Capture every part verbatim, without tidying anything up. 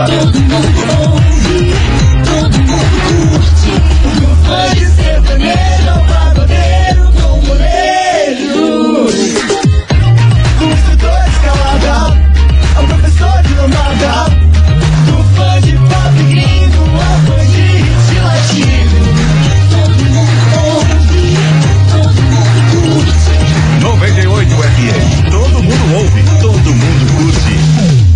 Todo mundo ouve, todo mundo curte. Do funk sertanejo ao pagodeiro com molejo. Construtor de calada, ao professor de lambada. Do fã de pop gringo ao fã de hit latino. Todo mundo ouve, todo mundo curte. noventa e oito F M. Todo mundo ouve, todo mundo curte.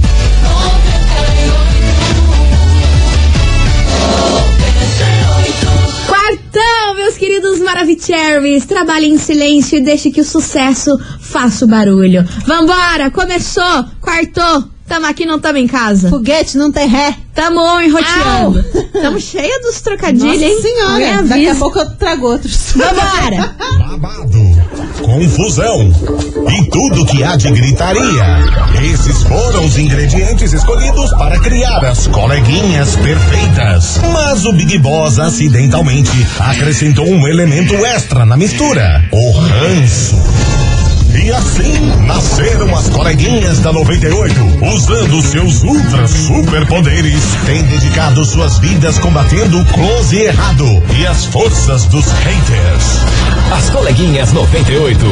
Quartão, meus queridos Maravicheries. Trabalhe em silêncio e deixe que o sucesso faça o barulho. Vambora, começou, quartou. Tamo aqui, não tamo em casa. Foguete não tem ré. Tamo enroteando. Tamo cheia dos trocadilhos, Nossa hein? senhora, daqui a pouco eu trago outros. Vambora. Babado, confusão e tudo que há de gritaria. Esses foram os ingredientes escolhidos para criar as coleguinhas perfeitas. Mas o Big Boss acidentalmente acrescentou um elemento extra na mistura: o ranço. E assim nasceram as coleguinhas da noventa e oito, usando seus ultra superpoderes, têm dedicado suas vidas combatendo o close e errado e as forças dos haters. As coleguinhas noventa e oito.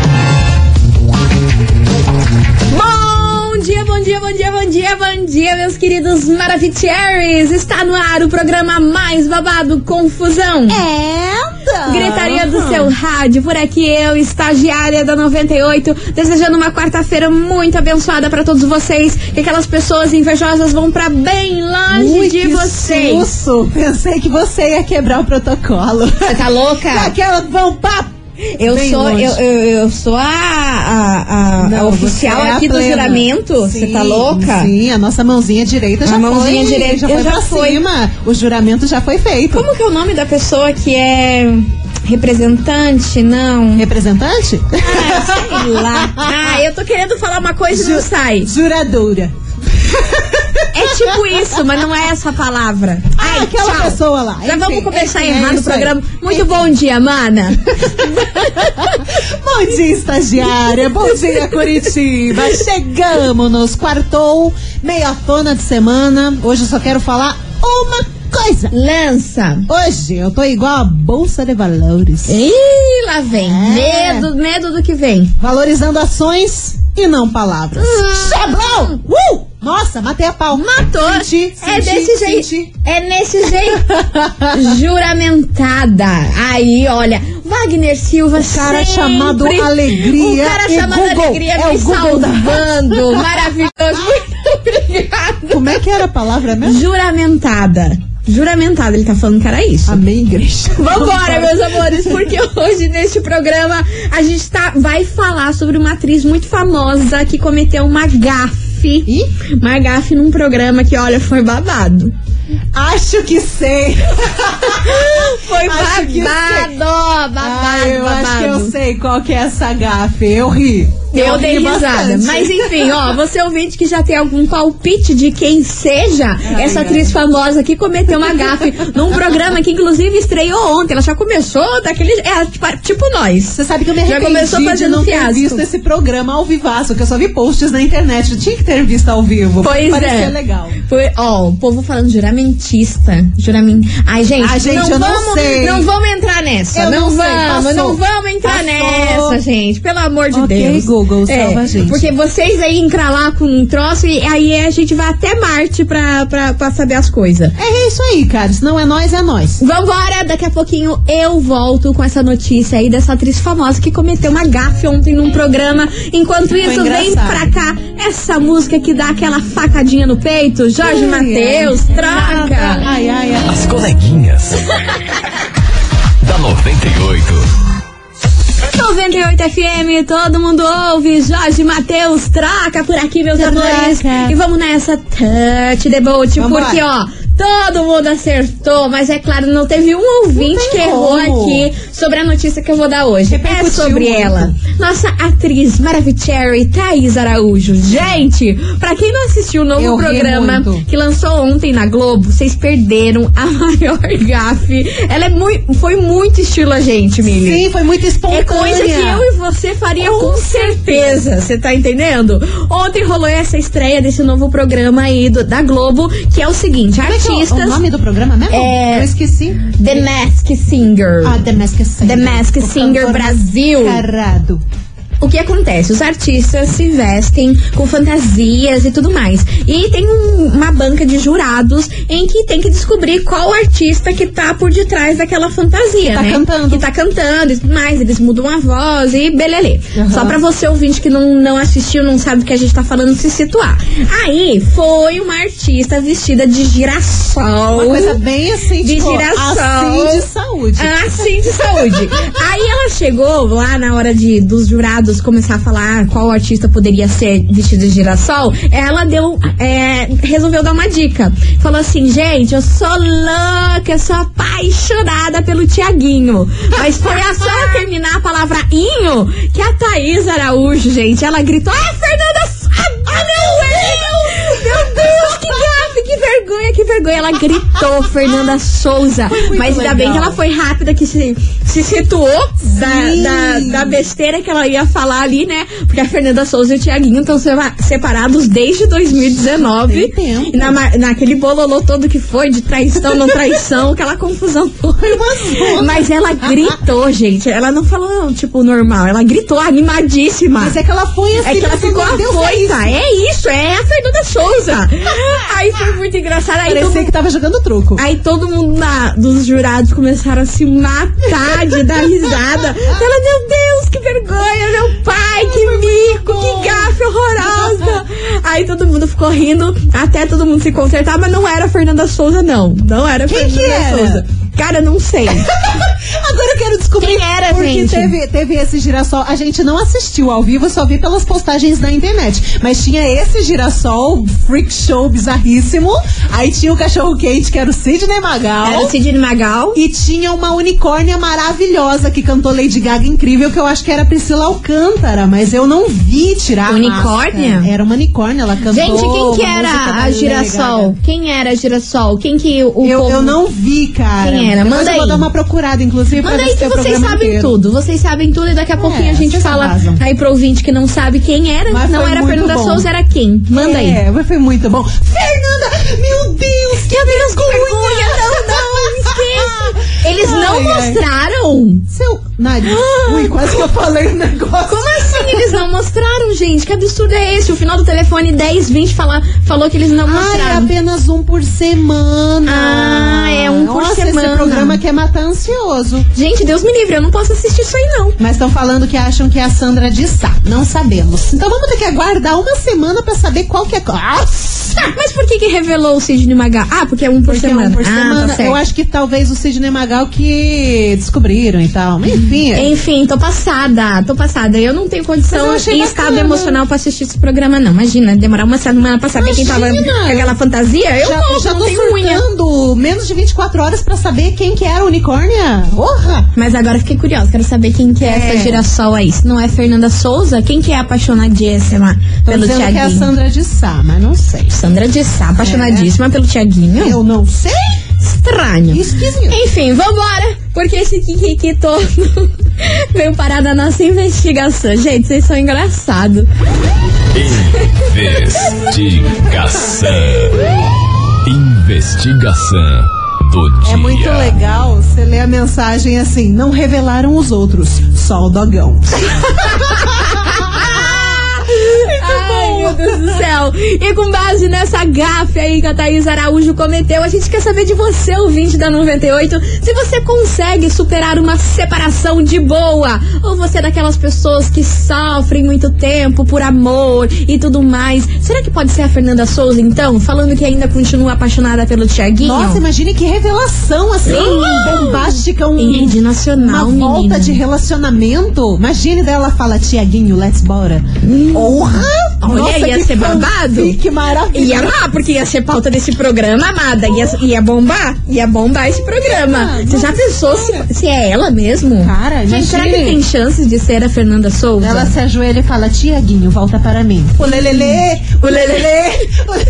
Bom dia, bom dia, bom dia, bom dia, bom dia, meus queridos Maravicheries. Está no ar o programa mais babado, Confusão. É. Gritaria do seu rádio, por aqui eu, estagiária da noventa e oito, desejando uma quarta-feira muito abençoada pra todos vocês, que aquelas pessoas invejosas vão pra bem longe Ui, de que vocês. Susto. Pensei que você ia quebrar o protocolo. Você tá louca? Aquela vão papo. Eu Bem sou, longe. eu, eu, eu sou a, a, a, Não, a oficial você é a aqui do plena. juramento. Você Sim, tá louca? Sim, a nossa mãozinha direita A já mãozinha foi. direita, já eu foi já pra fui. cima. O juramento já foi feito. Como que é o nome da pessoa que é representante? Não. Representante? Ah, sei lá. Ah, eu tô querendo falar uma coisa e não sai. Juradora. É tipo isso, mas não é essa a palavra. Ah, Ai, aquela tchau. pessoa lá. Já Enfim, vamos começar enfim, é errado o isso aí. programa. Muito Enfim. bom dia, mana. Bom dia, estagiária. Bom dia, Curitiba. Chegamos nos quartou, meia-tona de semana. Hoje eu só quero falar uma coisa. Lança. Hoje eu tô igual a Bolsa de Valores. Ih, lá vem. É. Medo, medo do que vem. Valorizando ações e não palavras. Chablão! Uh! Nossa, matei a pau. Matou. Senti, é senti, desse jeito. senti. É nesse jeito. Juramentada. Aí, olha, Wagner Silva, O cara sempre, chamado Alegria O cara e chamado Google. Alegria É me o Google da- salvando. Maravilhoso. Muito obrigada. Como é que era a palavra mesmo? Juramentada. Juramentada, ele tá falando que era isso. Amém, igreja. Vambora, meus amores, porque hoje neste programa a gente tá, vai falar sobre uma atriz muito famosa que cometeu uma gafe. Ih? Uma gafe num programa que, olha, foi babado. Acho que sei. Foi Acho que babado, babado, Ah, eu babado. acho que eu sei qual que é essa gafe. Eu ri. Eu dei ri risada. bastante. Mas enfim, ó, você ouvinte que já tem algum palpite de quem seja Ai, essa ai. atriz famosa que cometeu uma gafe num programa que inclusive estreou ontem. Ela já começou daquele. É, tipo, tipo nós. Você sabe que eu me Já arrependi começou de fazendo não ter fiasco. visto esse programa ao vivaço, que eu só vi posts na internet. Eu tinha que ter visto ao vivo. Pois Parecia é. legal. Foi, ó, o povo falando juramentista. Juramen... Ai, gente, Ai, gente, não, eu não vamos, sei. não vamos entrar nessa. Eu não, não sei, vamos, passou. não vamos entrar Passou. nessa, gente. Pelo amor de Ok, Deus. Google, salva a gente. Porque vocês aí encralar com um troço e aí a gente vai até Marte pra, pra, pra saber as coisas. É isso aí, cara. Se não é nós, é nós. Vambora, daqui a pouquinho eu volto com essa notícia aí dessa atriz famosa que cometeu uma gafe ontem num programa. Enquanto isso, vem engraçado. pra cá essa música que dá aquela facadinha no peito. Jorge Ai, Mateus, ai. troca. Ai, ai, ai. As coleguinhas da noventa e oito. noventa e oito F M, todo mundo ouve. Jorge Mateus, troca por aqui, meus Troca. amores. E vamos nessa, touch the boat, Vambora. porque ó, Todo mundo acertou, mas é claro, não teve um ouvinte que errou como. aqui sobre a notícia que eu vou dar hoje. É Repercutiu sobre muito. ela. Nossa atriz Maravicherry Thaís Araújo. Gente, pra quem não assistiu o novo Eu ri programa muito. que lançou ontem na Globo, vocês perderam a maior gafe. Ela é muito, foi muito estilo a gente, Mili. Sim, foi muito É espontânea. coisa que eu e você faria com, com certeza, você tá entendendo? Ontem rolou essa estreia desse novo programa aí do, da Globo, que é o seguinte, Como é que é o- artistas... o nome do programa mesmo? É- Eu esqueci. The Masked Singer. Ah, The Masked Singer. The Masked O Singer cantor Brasil. mascarado. O que acontece? Os artistas se vestem com fantasias e tudo mais. E tem um- uma banca de jurados em que tem que descobrir qual artista que tá por detrás daquela fantasia, Que tá né? cantando. Que tá cantando e tudo mais. Eles mudam a voz e belelê. Uhum. Só pra você ouvinte que não, não assistiu, não sabe do que a gente tá falando, se situar. Aí, foi uma artista vestida de girassol. Uma coisa bem assim, De tipo, girassol. assim de saúde. Assim de saúde. Aí ela chegou lá na hora de dos jurados começar a falar qual artista poderia ser vestido de girassol. Ela deu, é, resolveu dar uma dica. Falou assim, gente, eu sou louca, eu sou apaixonada pelo Tiaguinho. Mas foi a só ela terminar a palavra inho que a Thaís Araújo, gente, ela gritou, ah, Fernanda, ah, meu Deus, meu Deus, que gafe, que vergonha, que vergonha. Ela gritou Fernanda Souza. Mas ainda bem que ela foi rápida, que se, se situou da, da, da besteira que ela ia falar ali, né? Porque a Fernanda Souza e o Tiaguinho estão separados desde dois mil e dezenove. Tem tempo. E na, naquele bololô todo que foi, de traição, não traição, aquela confusão toda. Mas ela gritou, gente. Ela não falou, tipo, normal. Ela gritou animadíssima. Mas é que ela foi assim. É que ela pensando, ficou meu Deus, afoita. é É isso, é a Fernanda Souza. Aí foi muito engraçado. Aí Parecia todo, que tava jogando truco. aí todo mundo na- dos jurados começaram a se matar de dar risada. Ela, meu Deus, que vergonha, meu pai, que mico, que gafe horrorosa. Aí todo mundo ficou rindo, até todo mundo se consertar, mas não era a Fernanda Souza, não. Não era a Quem Fernanda que era? Souza. Cara, não sei. Agora eu quero descobrir Quem era, porque gente? Teve, teve esse girassol. A gente não assistiu ao vivo, só vi pelas postagens na internet. Mas tinha esse girassol, freak show bizarríssimo. Aí tinha o cachorro quente, que era o Sidney Magal. Era o Sidney Magal. E tinha uma unicórnia maravilhosa que cantou Lady Gaga incrível, que eu acho que era Priscila Alcântara, mas eu não vi tirar a Unicórnia? máscara. Era uma unicórnia, ela cantou. Gente, quem que uma música era da a Lady girassol? Gaga. Quem era a girassol? Quem que o Eu, povo... eu não vi, cara. Quem era? Depois Manda eu vou aí. dar uma procurada, inclusive, pra Manda ver aí se que tem o vocês programa sabem inteiro. tudo. Vocês sabem tudo e daqui a pouquinho a gente vocês fala arrasam. aí pro ouvinte que não sabe quem era. Mas Não foi era a muito Fernanda bom. Souza, era quem? Manda aí. É, mas foi muito bom. Fernanda, meu Deus, que vergonha! Não, não, esquece. Eles não Ai, ai. mostraram. Seu nariz. Ui, quase que eu falei um negócio. Como assim eles não mostraram, gente? Que absurdo é esse? O final do telefone dez, vinte fala, falou que eles não Ah, é mostraram. apenas um por semana. Ah, é um por Nossa, semana. esse programa quer matar ansioso. Gente, Deus me livre, eu não posso assistir isso aí, não. Mas estão falando que acham que é a Sandra de Sá. Não sabemos. Então vamos ter que aguardar uma semana pra saber qual que é. Nossa! Mas por que que revelou o Sidney Magal? Ah, porque é um por Porque é semana. um por ah, semana. tá certo. Eu acho que talvez o Sidney Magal que descobriram e tal. Enfim. Enfim, tô passada, tô passada. Eu não tenho Mas condição eu achei e bacana. estado emocional pra assistir esse programa, não. Imagina, demorar uma semana pra saber quem tava Imagina. com aquela fantasia. Eu já, não, já não tô tenho unha. surtando menos de vinte e quatro horas pra saber quem que era a unicórnia. Porra! Mas agora fiquei curiosa, quero saber quem que é, É. essa girassol aí. Se não é Fernanda Souza, quem que é apaixonadíssima Tô pelo dizendo que é a Tiaguinho? Sandra de Sá, mas não sei. Sandra de Sá, apaixonadíssima pelo Tiaguinho? Eu não sei. Estranho. Esquisito. Enfim, vambora, porque esse Kiki todo veio parar na nossa investigação. Gente, vocês são engraçados. Investigação. Investigação do dia. É muito legal você ler a mensagem assim: não revelaram os outros, só o dogão. Ai, meu Deus do céu. E com base nessa gafe aí que a Thaís Araújo cometeu, a gente quer saber de você, ouvinte da noventa e oito, se você consegue superar uma separação de boa. Ou você é daquelas pessoas que sofrem muito tempo por amor e tudo mais. Será que pode ser a Fernanda Souza, então? Falando que ainda continua apaixonada pelo Tiaguinho? Nossa, imagine que revelação assim, bombástica, um, Em rede uma nacional, volta menina. de relacionamento. Imagine, daí ela fala: Tiaguinho, let's bora. Porra! Olha Nossa, Nossa, ia ser babado. Que maravilha. Ia lá, porque ia ser pauta desse programa, amada. Ia, ia bombar. Ia bombar esse programa. Ah, Você já pensou se, se é ela mesmo? Cara, gente, será que imagine. tem chances de ser a Fernanda Souza? Ela se ajoelha e fala, Tiaguinho, volta para mim. O lelele, o lelele.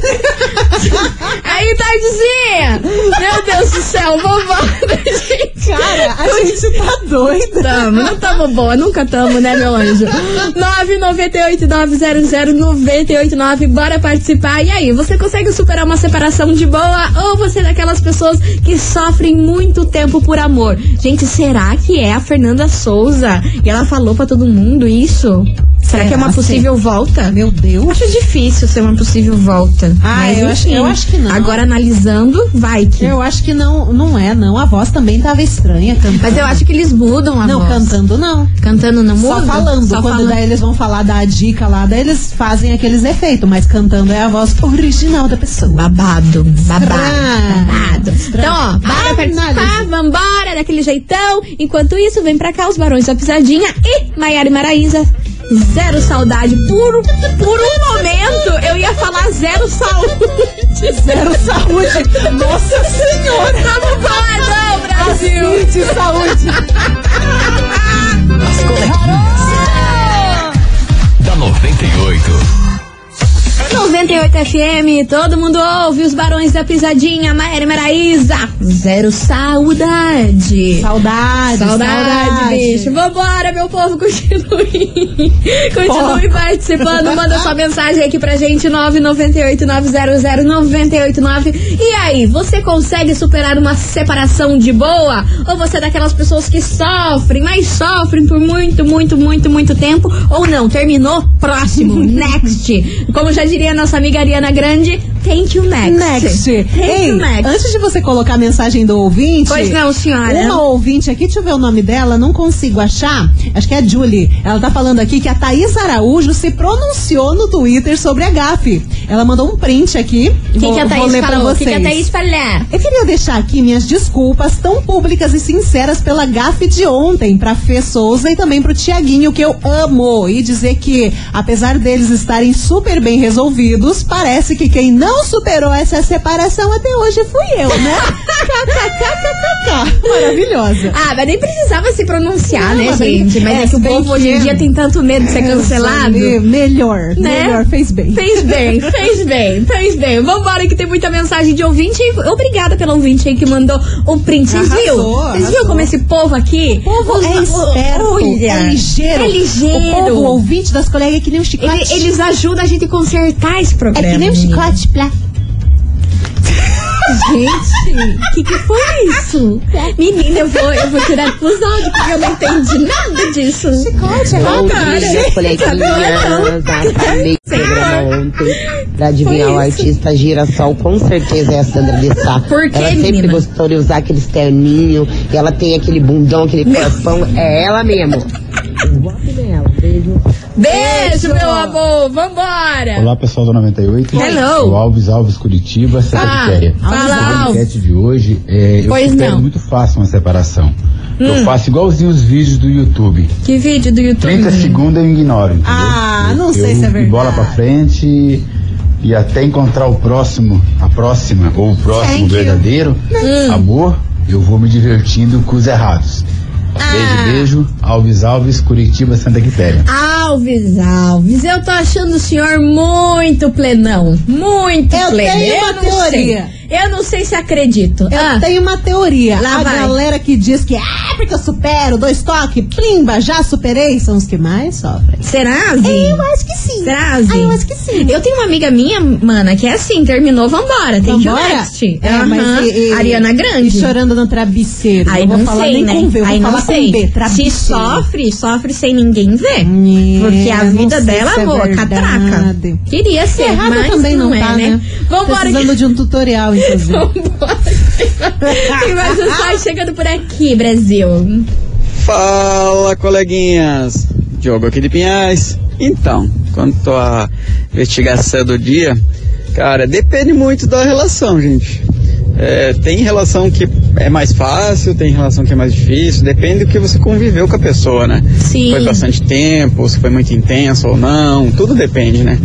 Aí, Tardezinha! Meu Deus do céu, vambora, gente. Cara, a gente tá doida. Tamo, não tamo boa, nunca tamo, né, meu anjo? nove nove oito nove zero zero nove oito nove, bora participar. E aí, você consegue superar uma separação de boa? Ou você é daquelas pessoas que sofrem muito tempo por amor? Gente, será que é a Fernanda Souza? E ela falou pra todo mundo isso? Será que é uma possível volta? Meu Deus. Acho difícil ser uma possível volta. Ah, mas, eu acho- enfim, eu acho que não. Agora, analisando, vai que... Eu acho que não, não é, não. A voz também tava estranha cantando. Mas eu acho que eles mudam a Não, voz. cantando não. Cantando não muda? Só falando. Só Quando falando. daí eles vão falar da dica lá, daí eles fazem aqueles efeitos, mas cantando é a voz original da pessoa. Babado, babado, Estranho. babado. Então, ó, bora participar, Análise. vambora, daquele jeitão. Enquanto isso, vem pra cá os Barões da Pisadinha e Maiara e Maraísa. Zero saudade. Por, por um momento, eu ia falar zero saúde. Zero saúde. Nossa Senhora. Vamos falar, não, Brasil. Assiste saúde. As coleguinhas. Da noventa e oito. noventa e oito F M, todo mundo ouve os Barões da Pisadinha, Maiara e Maraísa. Zero saudade. Saudade, Saudade, bicho. Vambora, meu povo, continue. Continue Porra. participando. Manda sua mensagem aqui pra gente, nove nove oito nove zero zero nove oito nove. E aí, você consegue superar uma separação de boa? Ou você é daquelas pessoas que sofrem, mas sofrem por muito, muito, muito, muito tempo? Ou não, terminou? Próximo, next. Como já diria a nossa amiga Ariana Grande, thank you next. Next. Thank Ei, you next. antes de você colocar a mensagem do ouvinte. Pois não, senhora. Uma ouvinte aqui, deixa eu ver o nome dela, não consigo achar. Acho que é a Julie. Ela tá falando aqui que a Thaís Araújo se pronunciou no Twitter sobre a gafe. Ela mandou um print aqui. O que, vou, que a vou Thaís ler pra falou? O que, vocês. que a Thaís falou? Eu queria deixar aqui minhas desculpas tão públicas e sinceras pela gafe de ontem pra Fê Souza e também pro Tiaguinho, que eu amo. E dizer que, apesar deles estarem super bem resolvidos, parece que quem não superou essa separação até hoje fui eu, né? Kkkkkk. Maravilhosa. Ah, mas nem precisava se pronunciar, Não, né, mas bem- gente? Mas é, é, que o bem povo hoje em que- dia tem tanto medo de ser cancelado. É, melhor, Né? melhor, fez bem. Fez bem, fez bem, fez bem. Vambora que tem muita mensagem de ouvinte. Obrigada pelo ouvinte aí que mandou o print. Vocês Arrasou, viram? Vocês arrasou. viram como esse povo aqui? O povo Os- é o- esperto, olha, é ligeiro. É ligeiro. O povo, o ouvinte das colegas é que nem um Ele- chiclete. eles ajudam a gente a consertar esse É programa. que nem um menina. chiclete, plá. Gente, o que, que foi isso? Menina, eu vou, eu vou tirar pros áudios, porque eu não entendi nada disso. Chiclete, é Bom cara. dia, coleguinhas. Acabei o programa ontem pra adivinhar o artista Girassol. Com certeza é a Sandra de Sá. Por quê, Ela sempre menina? gostou de usar aqueles terninhos. E ela tem aquele bundão, aquele corpão. É ela mesmo. Vote nela. Beijo. Beijo, meu amor, vambora. Olá, pessoal do noventa e oito. Hello. O Alves Alves Curitiba, Santa Quitéria. fala, A Alves. enquete de hoje é eu Pois supero não. muito fácil uma separação. Eu faço igualzinho os vídeos do YouTube. Que vídeo do YouTube? trinta segundos eu ignoro, entendeu? Ah, não Eu- sei eu se é de verdade. bola pra frente e até encontrar o próximo, a próxima ou o próximo Thank you. verdadeiro Hum. amor, eu vou me divertindo com os errados. Ah. Beijo, beijo. Alves Alves, Curitiba, Santa Quitéria. Alves, Alves, eu tô achando o senhor muito plenão. Muito Eu pleno. tenho uma não teoria. sei. Eu não sei se acredito. Eu Ah, tenho uma teoria. Lá a vai. galera que diz que ah, porque eu supero, dois toques, plimba, já superei, são os que mais sofrem. será, Zi? Eu acho que sim. Será, Zi? Ah, eu acho que sim. Eu tenho uma amiga minha, mana, que é assim, terminou, vambora. Tem que Vambora? next. É, Aham. mas e- e- Ariana Grande. E chorando no travesseiro. Aí eu vou não falar sei, nem né? com V, eu vou Aí falar não com sei. B, Se travesseiro. sofre, sofre sem ninguém ver. É, Porque a não vida sei dela, se é amor, verdade. catraca. Queria ser, Errado mas também não, é, tá, né? Vambora. Precisando de um tutorial, inclusive. Vambora. Tem mais mensagem chegando por aqui, Brasil. Fala, coleguinhas. Diogo aqui de Pinhais. Então, quanto à investigação do dia, cara, depende muito da relação, gente. É, tem relação que é mais fácil, tem relação que é mais difícil, depende do que você conviveu com a pessoa, né? Sim. Foi bastante tempo, se foi muito intenso ou não, tudo depende, né?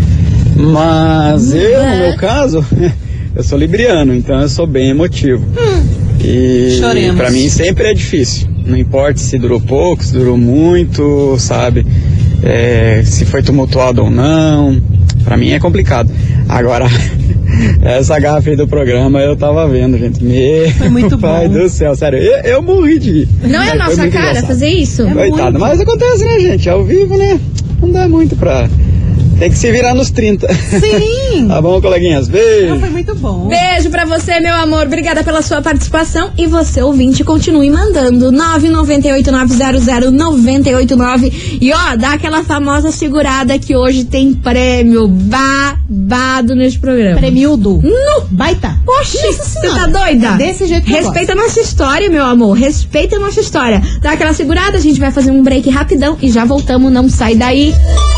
Mas eu, no meu caso, eu sou libriano, então eu sou bem emotivo. Hum. E Choremos. Pra mim sempre é difícil. Não importa se durou pouco, se durou muito, sabe? É, se foi tumultuado ou não. Pra mim é complicado. Agora, essa gafe aí do programa eu tava vendo, gente. Meu foi muito pai bom. do céu, sério. Eu, eu morri de rir. Não é a nossa cara engraçado. Fazer isso? É Coitado, mas acontece, né, gente? Ao vivo, né? Não dá muito pra... Tem que se virar nos trinta. Sim. Tá bom, coleguinhas? Beijo. Não, foi muito bom. Beijo pra você, meu amor. Obrigada pela sua participação. E você, ouvinte, continue mandando. nove nove oito nove zero zero nove oito nove. E ó, dá aquela famosa segurada que hoje tem prêmio babado nesse programa. Prêmio-do. No Baita. Oxi, você tá doida? É desse jeito que Respeita a nossa história, meu amor. Respeita a nossa história. Dá aquela segurada, a gente vai fazer um break rapidão e já voltamos. Não sai daí.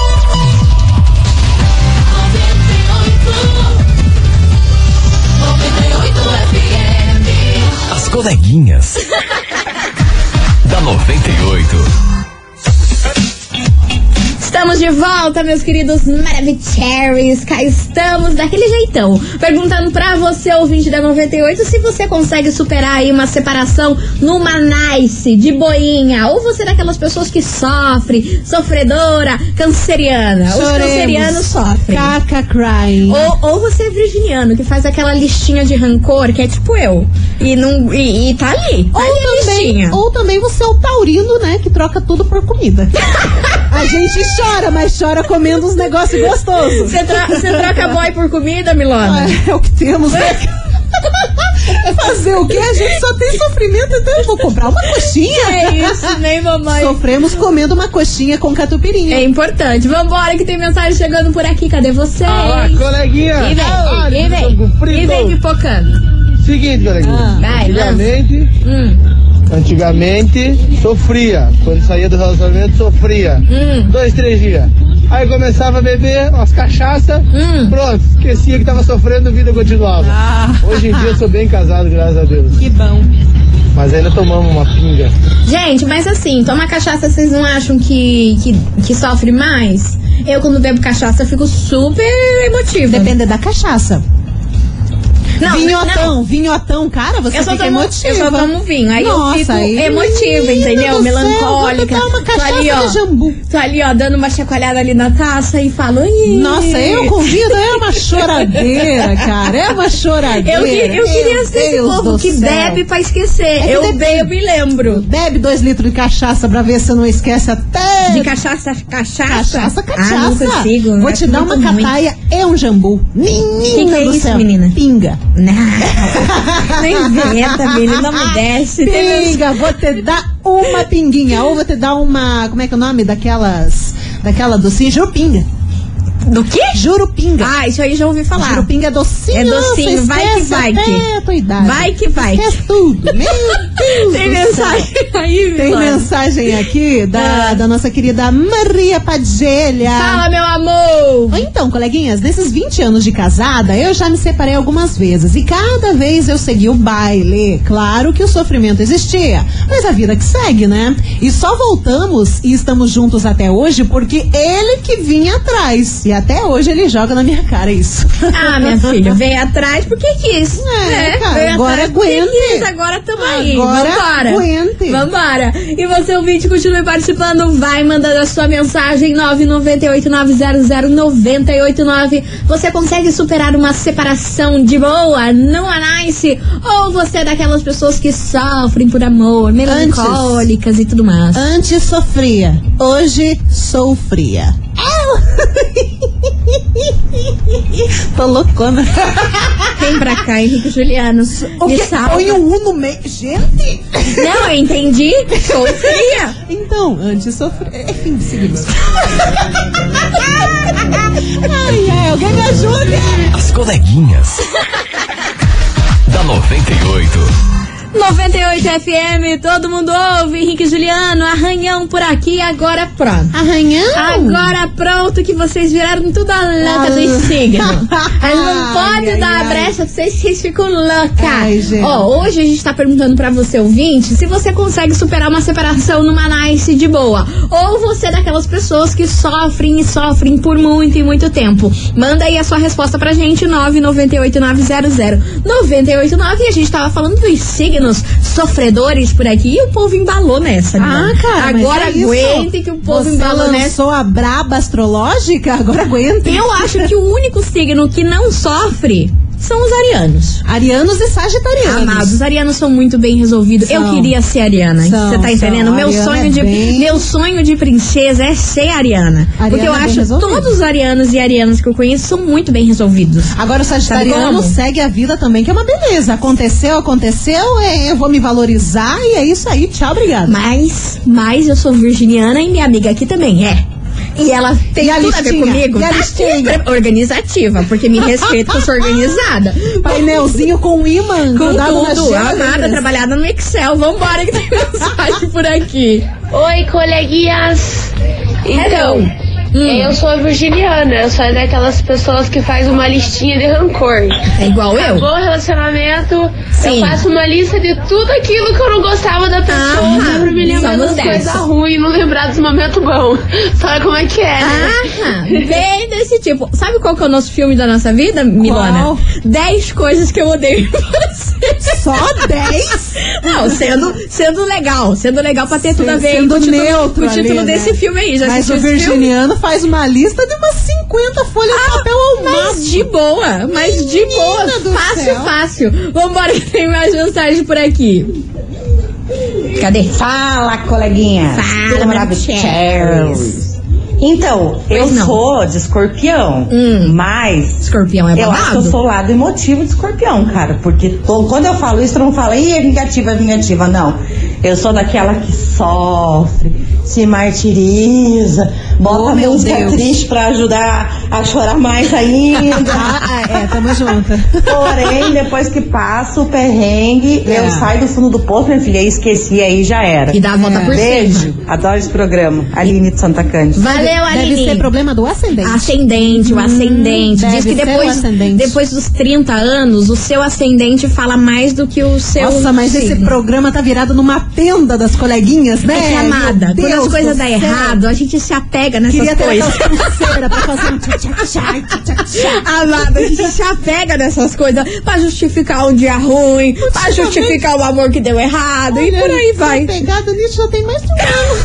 As coleguinhas da noventa e oito. Estamos de volta, meus queridos Maravicheries. Cá estamos daquele jeitão. Perguntando pra você, ouvinte da noventa e oito, se você consegue superar aí uma separação numa nice, de boinha. Ou você é daquelas pessoas que sofre, sofredora, canceriana. Choremos. Os cancerianos sofrem. Caca crying. Ou, ou você é virginiano, que faz aquela listinha de rancor, que é tipo eu. E, não, e, e tá ali. Tá Ou ali a também, listinha. ou também você é o taurino, né? Que troca tudo por comida. A gente chora, mas chora comendo uns negócios gostosos. Você tro- troca boy por comida, Milona? É, é o que temos, né? Fazer o quê? A gente só tem sofrimento, então eu vou comprar uma coxinha. É isso, nem mamãe. Sofremos comendo uma coxinha com catupirinha. É importante. Vambora que tem mensagem chegando por aqui. Cadê você? Ah, coleguinha. E vem, ah, e vem, e vem pipocando. Seguinte, coleguinha. Ah, vai, antigamente, hum. antigamente, sofria. Quando saía do relacionamento, sofria. Hum. Dois, três dias. Aí começava a beber umas cachaças. Hum. Pronto, esquecia que tava sofrendo, a vida continuava. Ah. Hoje em dia eu sou bem casado, graças a Deus. Que bom. Mas ainda tomamos uma pinga. Gente, mas assim, tomar cachaça, vocês não acham que, que, que sofre mais? Eu, quando bebo cachaça, fico super emotiva. Depende da cachaça. Não, vinhotão, não. vinhotão, cara, você eu só fica tomo, emotiva. Eu só tomo vinho, aí Nossa, eu fico aí, emotiva, entendeu? Melancólica. Céu, uma tô ali, ó, de jambu. tô ali, ó, dando uma chacoalhada ali na taça e falo... Nossa, eu convido, é uma choradeira, cara, é uma choradeira. Eu, eu queria ser esse povo que céu. bebe pra esquecer. É eu deve, bebo e lembro. Bebe dois litros de cachaça pra ver se você não esquece até... De cachaça, cachaça? Cachaça, cachaça. Ah, não consigo. Vou te dar uma cataia e um jambu. Menina que do é isso, céu. Menina? Pinga. Não. Não inventa, menina, não me desce. Pinga, vou te dar uma pinguinha. Ou vou te dar uma, como é que é o nome daquelas, daquela docinha, jurupinga. Do quê? Jurupinga. Ah, isso aí já ouvi falar. Jurupinga é docinho. É docinho, nossa, vai que vai que. Tua idade. Vai que vai esquece que. tudo. Meu Deus. Tem mensagem aí, Tem Milana. mensagem aqui da, ah. da nossa querida Maria Padilha. Fala, meu amor. Então, coleguinhas, nesses vinte anos de casada, eu já me separei algumas vezes. E cada vez eu segui o baile. Claro que o sofrimento existia, mas a vida que segue, né? E só voltamos e estamos juntos até hoje porque ele que vinha atrás. E até hoje ele joga na minha cara isso. Ah, minha filha, veio atrás porque quis. É, é cara, veio agora aguente. Quis, agora tamo aí. Agora Vambora. aguente. Vambora. E você, ouvinte, continue participando. Vai mandando a sua mensagem nove nove oito nove zero zero nove oito nove. Você consegue superar uma separação de boa, não a nice? Ou você é daquelas pessoas que sofrem por amor, melancólicas e tudo mais? Antes sofria, hoje sou fria. Tô loucona. Vem pra cá, Henrique Juliano. O Me que? salva. Põe o um no meio. Gente! Não, eu entendi. Sou fria. Então, antes sofria. Enfim, seguimos. Ai, ai, alguém me ajude. As coleguinhas da noventa e oito. noventa e oito F M, todo mundo ouve. Henrique e Juliano, arranhão por aqui, agora pronto. Arranhão? Agora pronto, que vocês viraram tudo a louca dos signos. Mas não pode ai, dar ai, a brecha pra vocês, vocês ficam loucas. Ó, hoje a gente tá perguntando pra você, ouvinte, se você consegue superar uma separação numa nice de boa. Ou você é daquelas pessoas que sofrem e sofrem por muito e muito tempo. Manda aí a sua resposta pra gente, nove nove oito nove zero zero nove oito nove. E a gente tava falando dos signos sofredores por aqui e o povo embalou nessa. Ah, né? Cara, agora é aguente que o povo você embalou nessa. Você lançou a braba astrológica? Agora aguenta. Eu acho que o único signo que não sofre são os arianos. Arianos e sagitarianos. Amados, os arianos são muito bem resolvidos. São. Eu queria ser ariana. Você tá entendendo? São. Meu sonho, é de, bem... meu sonho de princesa é ser ariana. Ariana porque eu é acho que todos os arianos e arianas que eu conheço são muito bem resolvidos. Agora o sagitariano segue a vida também, que é uma beleza. Aconteceu, aconteceu, é, eu vou me valorizar e é isso aí. Tchau, obrigada. Mas, mas eu sou virginiana e minha amiga aqui também é. E ela tem e tudo a ver comigo. E a listinha? Organizativa, porque me respeita que eu sou organizada. Painelzinho com imã. Com tudo. Amada, trabalhada no Excel. Vambora que tem mensagem por aqui. Oi, coleguinhas. Então, hum. eu sou virginiana. Eu sou daquelas pessoas que faz uma listinha de rancor. É igual eu? Acabou o relacionamento, sim, eu faço uma lista de tudo aquilo que eu não gostava da pessoa, ah, pra me lembrar das coisas ruins e não lembrar dos momentos bons. Sabe como é que é, né? Ah, bem desse tipo. Sabe qual que é o nosso filme da nossa vida, Milona? Dez coisas que eu odeio em você. Só dez? Não, sendo, sendo legal. Sendo legal pra ter Sim, tudo a ver sendo com o título, neutro com o título ali, desse né? filme aí. Já Mas o virginiano faz uma lista de umas cinquenta folhas ah, de papel ao mas máximo. de boa, mas Menina de boa. Fácil, céu. fácil. Vambora que tem mais mensagem por aqui. Cadê? Fala, coleguinha. Fala, Maravilhoso. Então, pois eu não. sou de escorpião, hum. mas... Escorpião é babado? Eu acho que eu sou o lado emotivo de escorpião, cara. Porque tô, quando eu falo isso, eu não falo, ih, é vingativa, é vingativa. Não. Eu sou daquela que sofre, se martiriza, bota oh, música Deus. triste pra ajudar a chorar mais ainda. Ah, é, tamo junto. Porém, depois que passa o perrengue, é. eu saio do fundo do poço, minha filha, esqueci, aí já era. E dá a volta é. por Beijo. cima. Adoro esse programa. Aline de Santa Cândida. Valeu, Aline. Deve ser problema do ascendente. Ascendente, o ascendente. Hum, Diz que depois, depois dos trinta anos, o seu ascendente fala mais do que o seu. Nossa, mas signo. Esse programa tá virado numa tenda das coleguinhas, né? É que, amada, quando as coisas dão errado, a gente se apega nessas Queria coisas. Queria ter pulseira pra fazer um tchá-tchá, tchá-tchá. Amada, a gente se apega nessas coisas pra justificar um dia ruim, pra justificar o amor que deu errado. Olha, e por aí vai. Pegada nisso já tem mais de um ano.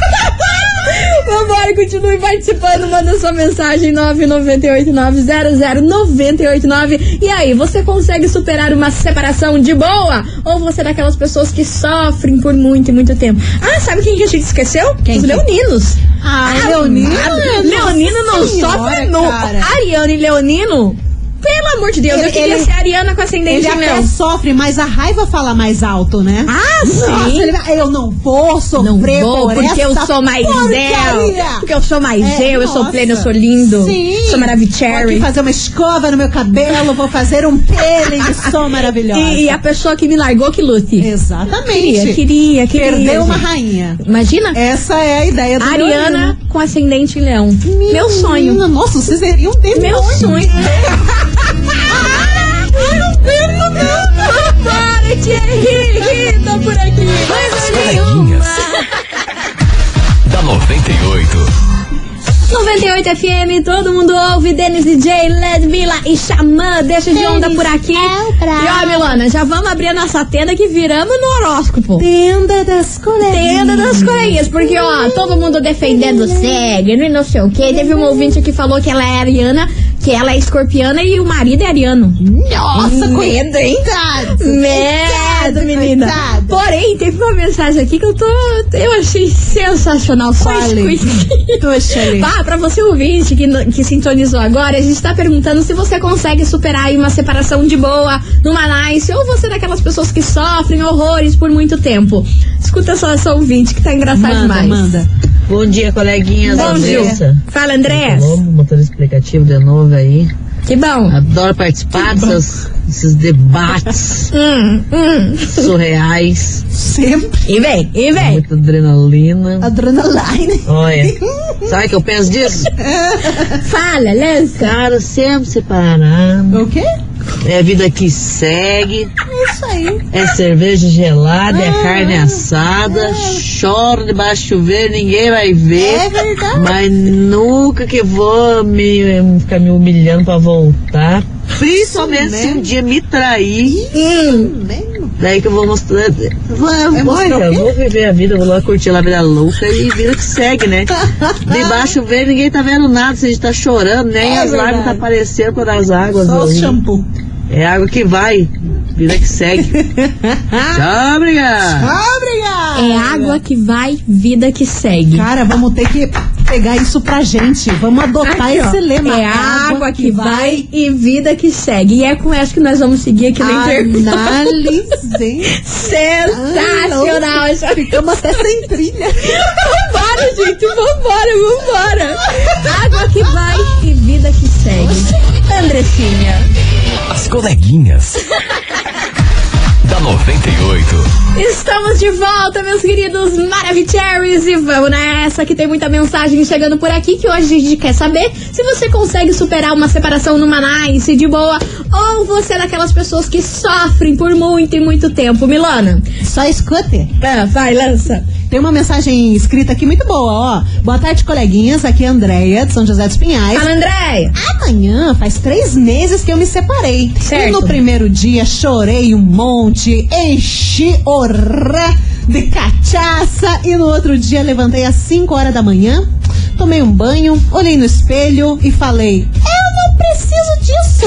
Vambora, continue participando, manda sua mensagem nove nove oito nove zero zero nove oito nove. E aí, você consegue superar uma separação de boa? Ou você é daquelas pessoas que sofrem por muito e muito tempo? Ah, sabe quem que a gente esqueceu? Quem? Os leoninos. Ah, ah Leonino? É, Leonino não senhora, sofre nunca. Ariano e Leonino... Pelo amor de Deus, ele, eu queria ele, ser ariana com ascendente em Leão. Ele até sofre, mas a raiva fala mais alto, né? Ah, sim. Nossa, ele, eu não vou sofrer não vou, por porque eu sou mais eu. Porque eu sou mais é, eu, eu sou pleno, eu sou lindo. Sim. Sou maravilhosa. Vou aqui fazer uma escova no meu cabelo, vou fazer um peeling e sou maravilhosa. E, e a pessoa que me largou que lute. Exatamente. Queria, queria, queria. Perdeu uma rainha. Imagina? Essa é a ideia do Ariana Leonino. Com ascendente em leão. Menina, meu sonho. Nossa, vocês seriam dele. Meu sonho. Para, Thierry, Rita por aqui. As coleguinhas da noventa e oito. noventa e oito F M, todo mundo ouve. Denis D J, Ledmila e Xamã, deixa de onda por aqui. É e ó, Milana, já vamos abrir a nossa tenda que viramos no horóscopo. Tenda das coleguinhas. Tenda das coleguinhas, porque ó, todo mundo defendendo o signo e não sei o que. Teve um ouvinte que falou que ela é ariana, que ela é escorpiana e o marido é ariano. Nossa, medo, hein? Medo, menina. Coitado. Porém, teve uma mensagem aqui que eu tô. Eu achei sensacional. Fale. Ah, pra você ouvinte que, que sintonizou agora, a gente tá perguntando se você consegue superar aí uma separação de boa, numa nice, ou você é daquelas pessoas que sofrem horrores por muito tempo. Escuta só essa ouvinte que tá engraçado manda, demais. Manda. Bom dia, coleguinhas. Bom dia. Fala, André. Motor explicativo de novo aí. Que bom. Adoro participar desses, desses debates hum, hum. surreais. Sempre. E vem, e vem. Muita adrenalina. Adrenalina. Olha, sabe o que eu penso disso? Fala, lança. Cara, sempre separado. O quê? É a vida que segue. É isso aí. É cerveja gelada, ah, é carne assada, é. Choro debaixo do chuveiro, ninguém vai ver. É verdade. Mas nunca que vou me, ficar me humilhando pra voltar. Principalmente se um dia me trair. Hum, daí que eu vou mostrar. Vou, é olha, eu vou viver a vida, vou lá curtir a vida louca e vida que segue, né? Debaixo do chuveiro ninguém tá vendo nada, se a gente tá chorando, nem é as verdade. Lágrimas tá aparecendo por as águas. Só o shampoo. É água que vai, vida que segue. Tchau, obrigado. Tchau, obrigado. É água que vai, vida que segue. Cara, vamos ter que pegar isso pra gente. Vamos adotar aqui, esse ó, lema. É água, água que, que vai, vai e vida que segue. E é com essa que nós vamos seguir aqui na internet. Análise. Sensacional. Ai, já ficamos até sem trilha. Vambora, gente. Vambora, vambora. Água que vai e vida que segue. Andressinha. As coleguinhas da noventa e oito. Estamos de volta, meus queridos Maravicheries, e vamos nessa que tem muita mensagem chegando por aqui, que hoje a gente quer saber se você consegue superar uma separação numa nice de boa, ou você é daquelas pessoas que sofrem por muito e muito tempo. Milana, só escute. Ah, vai, lança. Tem uma mensagem escrita aqui muito boa, ó. Boa tarde, coleguinhas. Aqui é a Andréia, de São José dos Pinhais. Fala, Andréia. Amanhã faz três meses que eu me separei. Certo. E no primeiro dia chorei um monte, enchi o ré de cachaça. E no outro dia levantei às cinco horas da manhã, tomei um banho, olhei no espelho e falei: eu não preciso disso.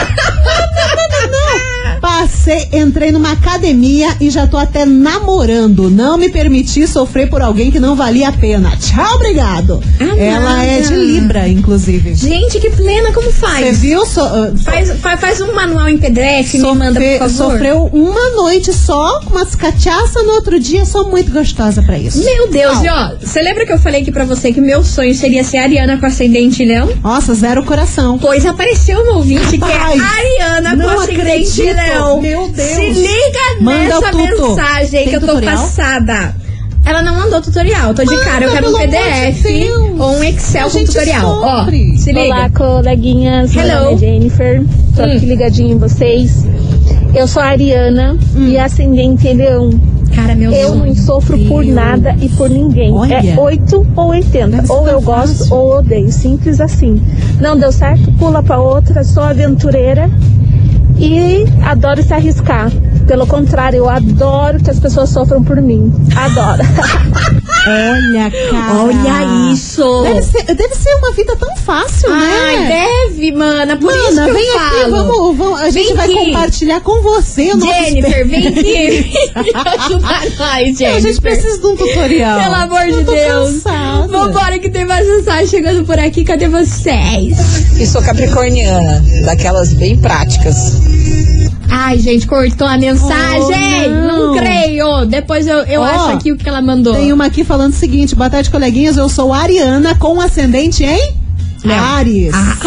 não, não, não, não. Passei, entrei numa academia e já tô até namorando. Não me permiti sofrer por alguém que não valia a pena. Tchau, obrigado. Ah, ela nada. É de Libra, inclusive. Gente, que plena, como faz? Você viu? So, uh, faz, faz, faz um manual em P D F e me manda, por favor. Sofreu uma noite só, com umas cachaça, no outro dia, sou muito gostosa pra isso. Meu Deus, e ó, você lembra que eu falei aqui pra você que meu sonho seria ser a Ariana com ascendente leão? Nossa, zero coração. Pois apareceu um ouvinte Rapaz, que é a Ariana não com ascendente acredito. leão. Meu Deus. Se liga Manda nessa mensagem Tem que eu tô tutorial? passada. Ela não mandou tutorial, tô de Manda, cara, eu quero um P D F de ou um Excel a com tutorial. Sofre. Ó, se liga. Olá, coleguinhas. Hello. Meu nome é Jennifer. Tô hum. aqui ligadinha em vocês. Eu sou a Ariana hum. e ascendente leão. Cara, meu eu Deus. não sofro por nada e por ninguém. Olha. É oito ou oitenta. Ou eu gosto fácil. ou odeio. Simples assim. Não deu certo, pula pra outra. Sou aventureira e adoro se arriscar. Pelo contrário, eu adoro que as pessoas sofram por mim. Adoro. Olha, cara. Olha isso. Deve ser, deve ser uma vida tão fácil, Ai, né? deve, mana. Por Mana, isso que vem eu aqui, falo. vamos, vamos, a gente Vem vai aqui. compartilhar com você. o nosso Jennifer, espe- vem aqui. Ajudar nós, Jennifer. A gente precisa de um tutorial. Pelo amor de Eu tô Deus. cansada. Vambora que tem mais mensagem chegando por aqui. Cadê vocês? E sou capricorniana, daquelas bem práticas. Ai, gente, cortou a mensagem. Oh, não. não creio. Depois eu, eu Ó, acho aqui o que ela mandou. Tem uma aqui falando o seguinte: boa tarde, coleguinhas. Eu sou Ariana com ascendente em Leão. Áries. Ah.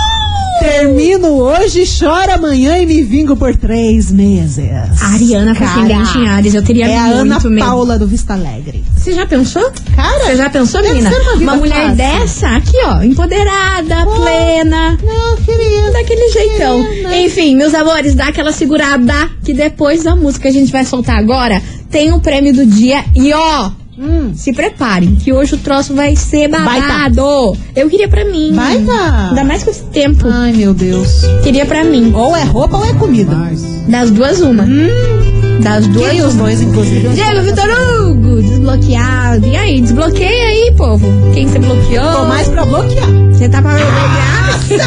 Termino hoje, choro amanhã e me vingo por três meses. A Ariana com Cara, ascendente em Áries, eu teria É a muito Ana medo. Paula do Vista Alegre. Você já pensou? Cara, Você já pensou, deve menina? ser uma vida mulher fácil. dessa, aqui ó, empoderada, Oh, plena. Não, queria. Daquele jeitão. Querida. Enfim, meus amores, dá aquela segurada que depois da música que a gente vai soltar agora, tem o prêmio do dia e ó, Hum. se preparem, que hoje o troço vai ser Vai tá. babado. Eu queria pra mim. Vai tá. Ainda mais com esse tempo. Ai, meu Deus. Queria pra mim. Ou é roupa ou é comida. Das duas, uma. Hum. Das duas, E os uma. dois, inclusive. Diego Vitor Hugo, desbloqueado. E aí, desbloqueia aí, povo. Quem você bloqueou? Tô mais pra bloquear. Você tá pra bloquear?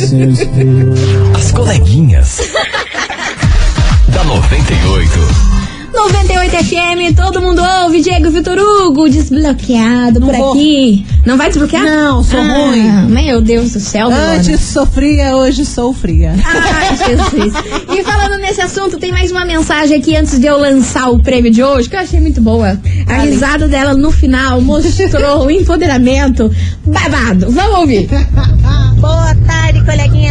As coleguinhas da noventa e oito. noventa e oito F M, todo mundo ouve. Diego Vitor Hugo, desbloqueado Não por vou. aqui. Não vai desbloquear? Não, sou ah, ruim. Meu Deus do céu, Milona. Antes sofria, hoje sou fria. Ai, Jesus. E falando nesse assunto, tem mais uma mensagem aqui antes de eu lançar o prêmio de hoje, que eu achei muito boa. A Ali. risada dela no final mostrou o empoderamento babado. Vamos ouvir. Boa tarde, coleguinhas. Aqui quem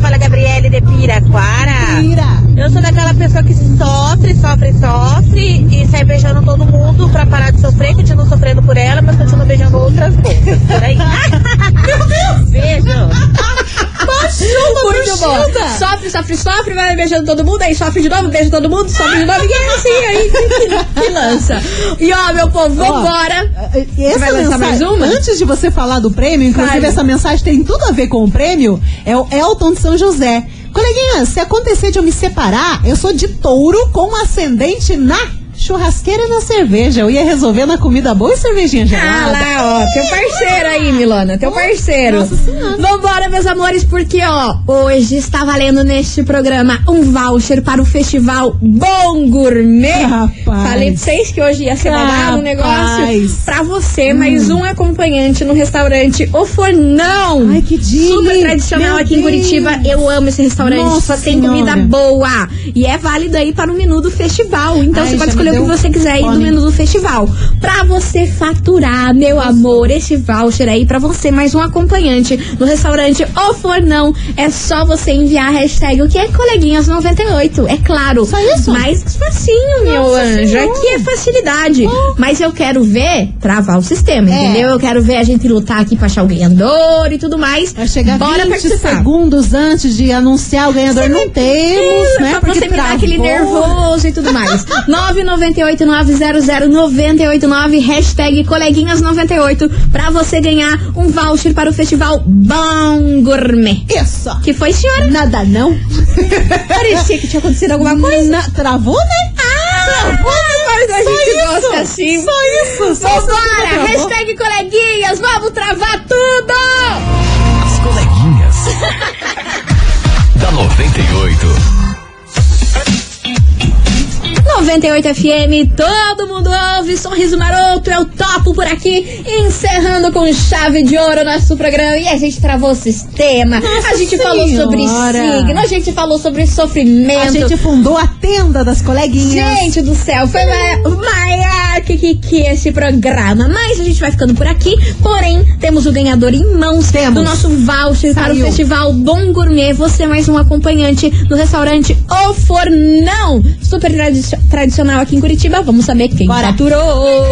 fala Gabriele de Piraquara. Pira. Eu sou daquela pessoa que sofre, sofre, sofre e sai beijando todo mundo pra parar de sofrer, continua sofrendo por ela, mas continua beijando outras bocas. Por aí. Meu Deus! Beijo! Machuda, muito bom. Sofre, sofre, sofre, vai beijando todo mundo, aí sofre de novo, beija todo mundo, sofre de novo, e é assim, aí que, que lança. E ó, meu povo, vambora. Você vai lançar mais uma? Antes de você falar do prêmio, inclusive Vai. essa mensagem tem tudo a ver com o prêmio, é o Elton de São José. Coleguinha, se acontecer de eu me separar, eu sou de touro com ascendente na churrasqueira e na cerveja. Eu ia resolver na comida boa e cervejinha gelada. Ah lá, ó, teu parceiro aí, Milona, teu parceiro. Nossa Senhora. Vambora, meus amores, porque, ó, hoje está valendo neste programa um voucher para o Festival Bom Gourmet. Rapaz. Falei pra vocês que hoje ia ser babado o negócio pra você, Hum. mais um acompanhante no restaurante O Fornão. Ai, que delícia. Super tradicional Meu aqui em Curitiba. Deus. Eu amo esse restaurante. Nossa Só tem Senhora. comida boa. E é válido aí para o menu do festival. Então Ai, você já pode me escolher o deu que você quiser aí do fome. menu do festival. Pra você faturar, meu amor, esse voucher aí pra você, mais um acompanhante no restaurante O Fornão, é só você enviar a hashtag o que é coleguinhas noventa e oito, é claro. Só isso? Mais facinho, meu Nossa anjo. Senhora. Aqui é facilidade. Mas eu quero ver travar o sistema, É. entendeu? Eu quero ver a gente lutar aqui pra achar o ganhador e tudo mais. Vai chegar Bora vinte participar. segundos antes de anunciar o ganhador. Não temos, Isso, né? pra você me dar aquele nervoso e tudo mais. nove nove oito nove zero zero nove oito nove, hashtag coleguinhas noventa e oito, pra você ganhar um voucher para o Festival Bom Gourmet. Isso. Que foi, senhora? Nada não. Parecia que tinha acontecido alguma coisa. Na- travou, né? Ah, mas a Só gente isso. gosta assim. Só isso. Só isso que Vambora, travou. hashtag coleguinhas, vamos travar tudo! As coleguinhas. Da noventa e oito. noventa e oito F M, todo mundo ouve, sorriso maroto, eu topo por aqui, encerrando com chave de ouro o nosso programa. E a gente travou o sistema, Nossa a gente falou sobre Senhora. signo, a gente falou sobre sofrimento. A gente fundou a tenda das coleguinhas. Gente do céu, foi ma- maior que, que, que esse programa. Mas a gente vai ficando por aqui. Porém, temos o ganhador em mãos Temos. do nosso voucher para o Saiu. Festival Bom Gourmet. Você mais um acompanhante no restaurante O Fornão. Super tradici- tradicional aqui em Curitiba. Vamos saber quem Bora. faturou.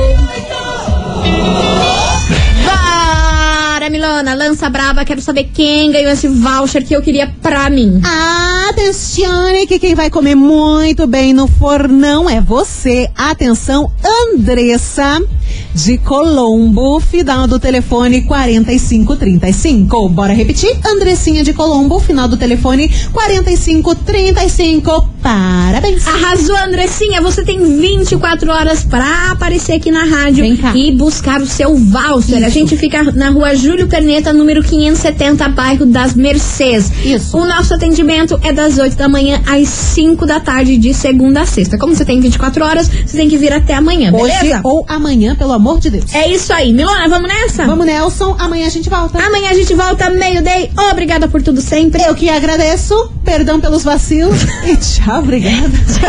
Bora, Milona, lança braba. Quero saber quem ganhou esse voucher que eu queria pra mim. Atencione que quem vai comer muito bem no fornão é você. Atenção, Andressa de Colombo, final do telefone quarenta e cinco trinta e cinco. Bora repetir? Andressinha de Colombo, final do telefone quarenta e cinco trinta e cinco. Parabéns. Arrasou, Andressinha. Você tem vinte e quatro horas pra aparecer aqui na rádio Vem cá. e buscar o seu voucher. Isso. A gente fica na rua Júlio Perneta, número quinhentos e setenta, bairro das Mercês. Isso. O nosso atendimento é das oito da manhã às cinco da tarde, de segunda a sexta. Como você tem vinte e quatro horas, você tem que vir até amanhã, Hoje beleza? ou amanhã, pelo amor de Deus. É isso aí. Milona, vamos nessa? Vamos, Nelson. Amanhã a gente volta. Amanhã a gente volta meio-day. Obrigada por tudo sempre. Eu que agradeço. Perdão pelos vacilos. E tchau, obrigada.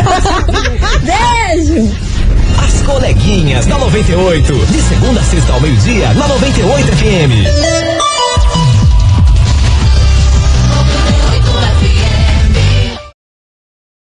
Beijo! As coleguinhas da noventa e oito. De segunda a sexta ao meio-dia, na noventa e oito F M.